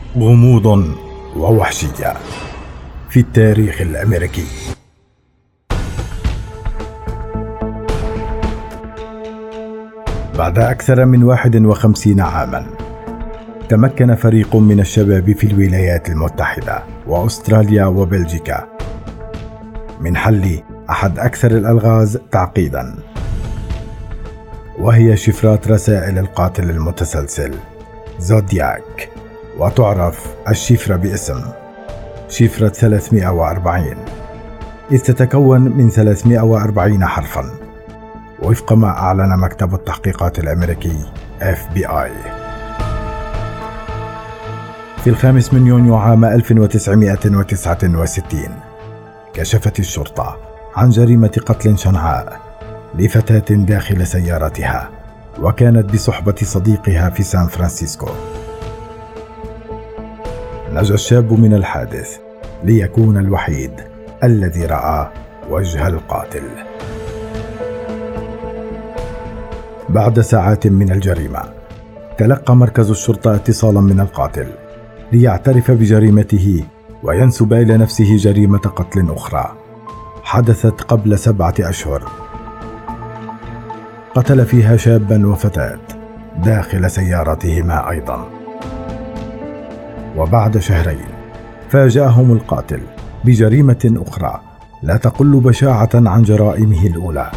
غموض ووحشية في التاريخ الأمريكي. بعد أكثر من 51 عاماً تمكن فريق من الشباب في الولايات المتحدة وأستراليا وبلجيكا من حل أحد أكثر الألغاز تعقيداً، وهي شفرات رسائل القاتل المتسلسل زودياك، وتعرف الشفرة باسم شفرة 340، إذ تتكون من 340 حرفاً وفق ما أعلن مكتب التحقيقات الأمريكي FBI. في 5 يونيو عام 1969 كشفت الشرطة عن جريمة قتل شنعاء لفتاة داخل سيارتها، وكانت بصحبة صديقها في سان فرانسيسكو. نجا الشاب من الحادث ليكون الوحيد الذي رأى وجه القاتل. بعد ساعات من الجريمة تلقى مركز الشرطة اتصالا من القاتل ليعترف بجريمته وينسب إلى نفسه جريمة قتل أخرى حدثت قبل 7 أشهر، قتل فيها شابا وفتاة داخل سيارتهما أيضا. وبعد شهرين فاجأهم القاتل بجريمة أخرى لا تقل بشاعة عن جرائمه الأولى.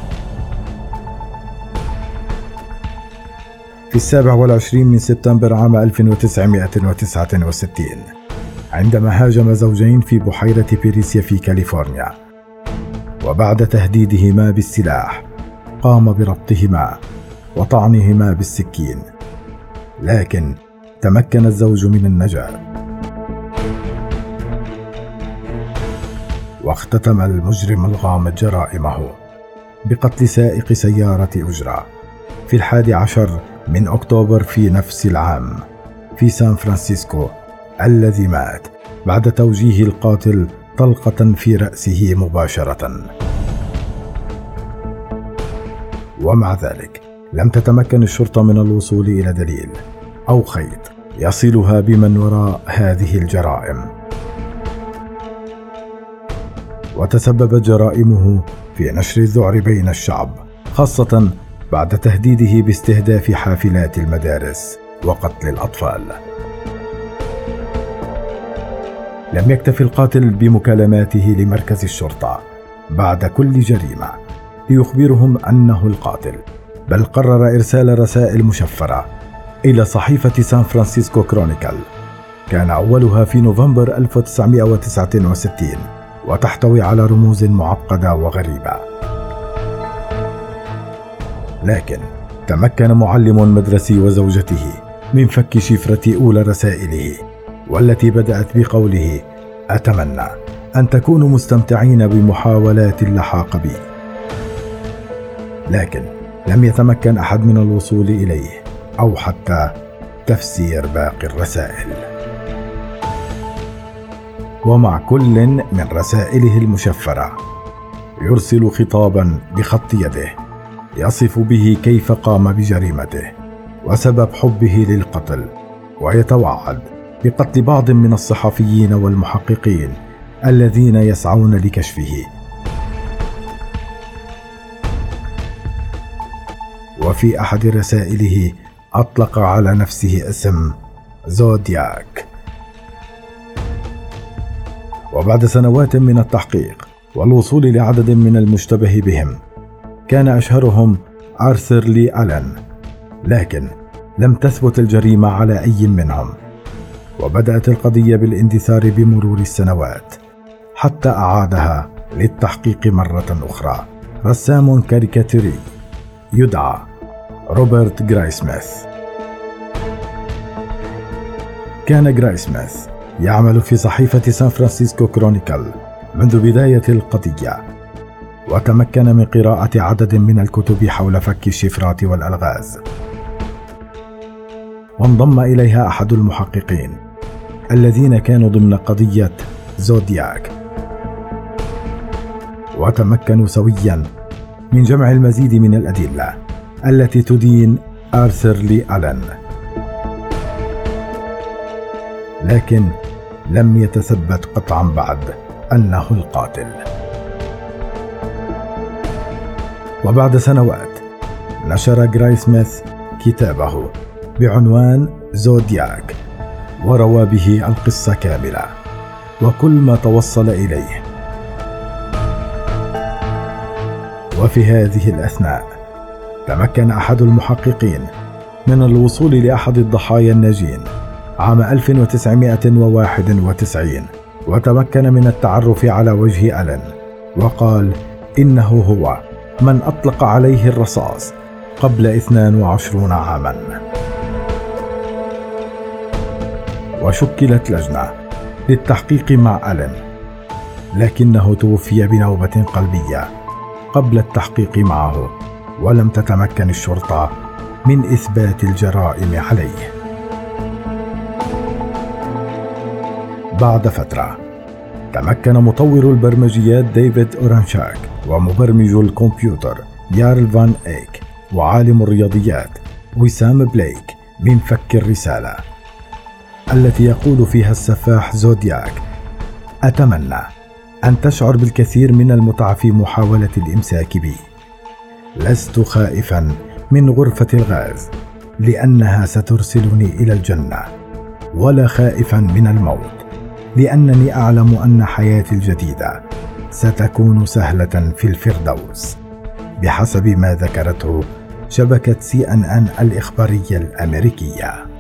في 27 من سبتمبر عام 1969 عندما هاجم زوجين في بحيرة بيريسيا في كاليفورنيا، وبعد تهديدهما بالسلاح قام بربطهما وطعنهما بالسكين، لكن تمكن الزوج من النجاة. واختتم المجرم الغامض جرائمه بقتل سائق سيارة أجرة في 11 من أكتوبر في نفس العام في سان فرانسيسكو، الذي مات بعد توجيه القاتل طلقة في رأسه مباشرة. ومع ذلك لم تتمكن الشرطة من الوصول إلى دليل أو خيط يصلها بمن وراء هذه الجرائم، وتسببت جرائمه في نشر الذعر بين الشعب، خاصة بعد تهديده باستهداف حافلات المدارس وقتل الأطفال. لم يكتف القاتل بمكالماته لمركز الشرطة بعد كل جريمة ليخبرهم أنه القاتل، بل قرر إرسال رسائل مشفرة إلى صحيفة سان فرانسيسكو كرونيكل، كان أولها في نوفمبر 1969 وتحتوي على رموز معقدة وغريبة. لكن تمكن معلم مدرسي وزوجته من فك شفرة أولى رسائله، والتي بدأت بقوله: أتمنى أن تكونوا مستمتعين بمحاولات اللحاق بي. لكن لم يتمكن أحد من الوصول إليه أو حتى تفسير باقي الرسائل. ومع كل من رسائله المشفرة يرسل خطابا بخط يده يصف به كيف قام بجريمته وسبب حبه للقتل، ويتوعد بقتل بعض من الصحفيين والمحققين الذين يسعون لكشفه. وفي أحد رسائله أطلق على نفسه اسم زودياك. وبعد سنوات من التحقيق والوصول لعدد من المشتبه بهم، كان أشهرهم آرثر لي ألان، لكن لم تثبت الجريمة على أي منهم. وبدأت القضية بالاندثار بمرور السنوات، حتى أعادها للتحقيق مرة أخرى رسام كاريكاتيري يدعى روبرت جرايسميث. كان جرايسميث يعمل في صحيفة سان فرانسيسكو كرونيكل منذ بداية القضية، وتمكن من قراءة عدد من الكتب حول فك الشفرات والألغاز، وانضم إليها أحد المحققين الذين كانوا ضمن قضية زودياك، وتمكنوا سويا من جمع المزيد من الأدلة التي تدين آرثر لي ألان. لكن لم يتثبت قطعا بعد أنه القاتل. وبعد سنوات نشر جرايسميث كتابه بعنوان زودياك، وروى به القصة كاملة وكل ما توصل إليه. وفي هذه الأثناء تمكن أحد المحققين من الوصول لأحد الضحايا الناجين عام 1991، وتمكن من التعرف على وجه ألين، وقال إنه هو من أطلق عليه الرصاص قبل 22 عاما. وشكلت لجنة للتحقيق مع ألين، لكنه توفي بنوبة قلبية قبل التحقيق معه، ولم تتمكن الشرطة من إثبات الجرائم عليه. بعد فترة تمكن مطور البرمجيات ديفيد أورانشاك ومبرمج الكمبيوتر يارل فان إيك وعالم الرياضيات وسام بليك من فك الرسالة التي يقول فيها السفاح زودياك: أتمنى أن تشعر بالكثير من المتعة في محاولة الإمساك بي. لست خائفا من غرفة الغاز لأنها سترسلني إلى الجنة، ولا خائفا من الموت لأنني أعلم أن حياتي الجديدة ستكون سهلة في الفردوس، بحسب ما ذكرته شبكة CNN الإخبارية الأمريكية.